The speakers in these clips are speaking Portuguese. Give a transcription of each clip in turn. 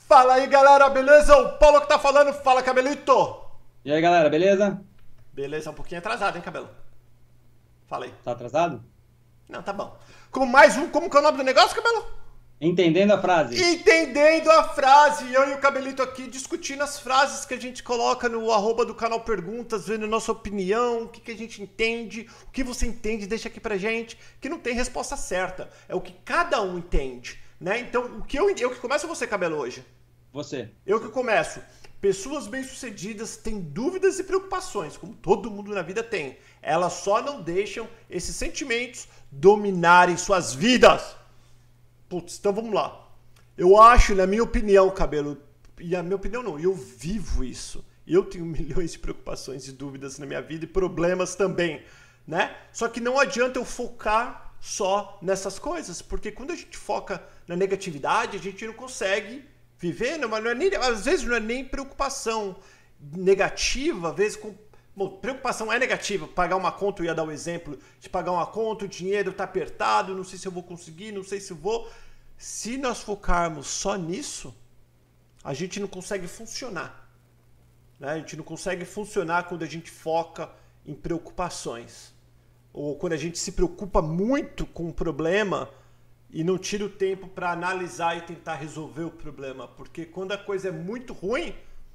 Fala aí, galera, beleza? O Paulo que tá falando, fala, Cabelito. E aí, galera, beleza? Beleza, um pouquinho atrasado, hein, Cabelo? Fala aí. Tá atrasado? Não, tá bom. Com mais um, como que é o nome do negócio, Cabelo? Entendendo a frase? Entendendo a frase. Eu e o Cabelito aqui discutindo as frases que a gente coloca no arroba do canal Perguntas, vendo nossa opinião, o que a gente entende, o que você entende, deixa aqui pra gente, que não tem resposta certa. É o que cada um entende, né? Então, o que eu que começo você, Cabelo, hoje. Você. Eu que começo. Pessoas bem-sucedidas têm dúvidas e preocupações, como todo mundo na vida tem. Elas só não deixam esses sentimentos dominarem suas vidas. Putz, então vamos lá. Eu acho, na minha opinião, Cabelo, e a minha opinião não, eu vivo isso. Eu tenho milhões de preocupações e dúvidas na minha vida e problemas também, né? Só que não adianta eu focar só nessas coisas, porque quando a gente foca na negatividade, a gente não consegue viver, não, mas não é nem, às vezes não é nem preocupação negativa, às vezes com... Bom, preocupação é negativa, pagar uma conta, eu ia dar o exemplo de pagar uma conta, o dinheiro tá apertado, não sei se eu vou conseguir, não sei se eu vou. Se nós focarmos só nisso, a gente não consegue funcionar, né? A gente não consegue funcionar quando a gente foca em preocupações. Ou quando a gente se preocupa muito com um problema e não tira o tempo para analisar e tentar resolver o problema. Porque quando a coisa é muito ruim,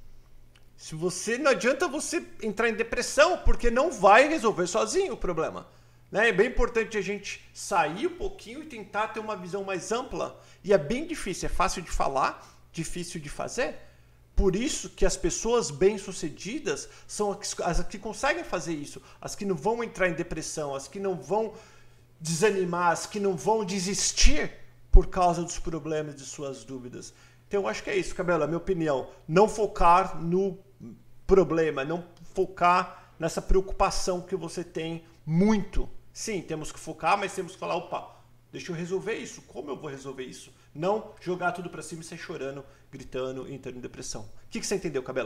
se você não adianta você entrar em depressão, porque não vai resolver sozinho o problema, né? É bem importante a gente sair um pouquinho e tentar ter uma visão mais ampla. E é bem difícil, é fácil de falar, difícil de fazer. Por isso que as pessoas bem-sucedidas são as que conseguem fazer isso, as que não vão entrar em depressão, as que não vão desanimar, as que não vão desistir por causa dos problemas de suas dúvidas. Então eu acho que é isso, Cabelo, a minha opinião. Não focar no problema, não focar nessa preocupação que você tem muito. Sim, temos que focar, mas temos que falar, opa, deixa eu resolver isso. Como eu vou resolver isso? Não jogar tudo pra cima e sair chorando, gritando e entrando em depressão. O que você entendeu, Cabelo?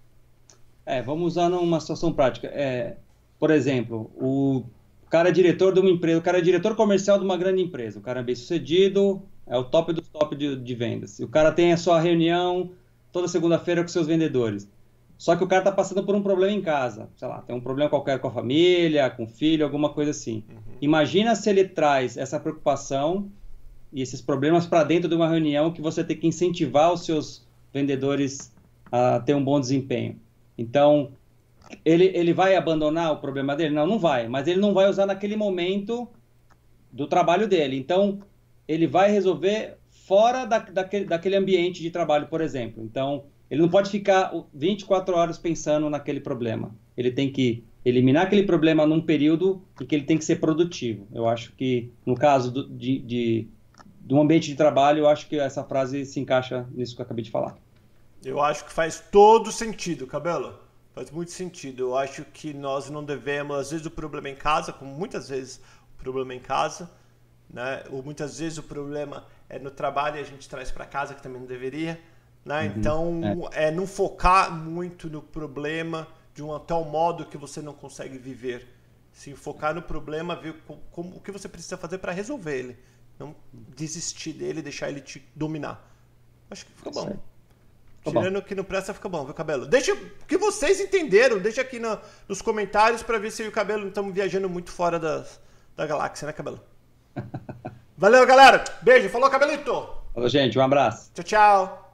Vamos usar numa situação prática. Por exemplo, o cara é diretor de uma empresa, o cara é diretor comercial de uma grande empresa, o cara é bem-sucedido, é o top dos top de vendas. E o cara tem a sua reunião toda segunda-feira com seus vendedores. Só que o cara tá passando por um problema em casa. Sei lá, tem um problema qualquer com a família, com o filho, alguma coisa assim. Imagina se ele traz essa preocupação e esses problemas para dentro de uma reunião que você tem que incentivar os seus vendedores a ter um bom desempenho. Então, ele vai abandonar o problema dele? Não, não vai. Mas ele não vai usar naquele momento do trabalho dele. Então, ele vai resolver fora daquele ambiente de trabalho, por exemplo. Então, ele não pode ficar 24 horas pensando naquele problema. Ele tem que eliminar aquele problema num período em que ele tem que ser produtivo. Eu acho que, no caso de um ambiente de trabalho, eu acho que essa frase se encaixa nisso que eu acabei de falar. Eu acho que faz todo sentido, Cabelo. Faz muito sentido. Eu acho que nós não devemos, às vezes o problema é em casa, como muitas vezes o problema é em casa, né? Ou muitas vezes o problema é no trabalho e a gente traz para casa, que também não deveria, né? Então, não focar muito no problema de um tal modo que você não consegue viver. Sim, focar no problema, ver o que você precisa fazer para resolver ele. Não desistir dele e deixar ele te dominar. Acho que ficou bom. Tirando o que não presta, fica bom, viu, Cabelo? Deixa o que vocês entenderam. Deixa aqui nos comentários para ver se eu e o Cabelo não estamos viajando muito fora da galáxia, né, Cabelo? Valeu, galera. Beijo. Falou, Cabelito. Falou, gente. Um abraço. Tchau, tchau.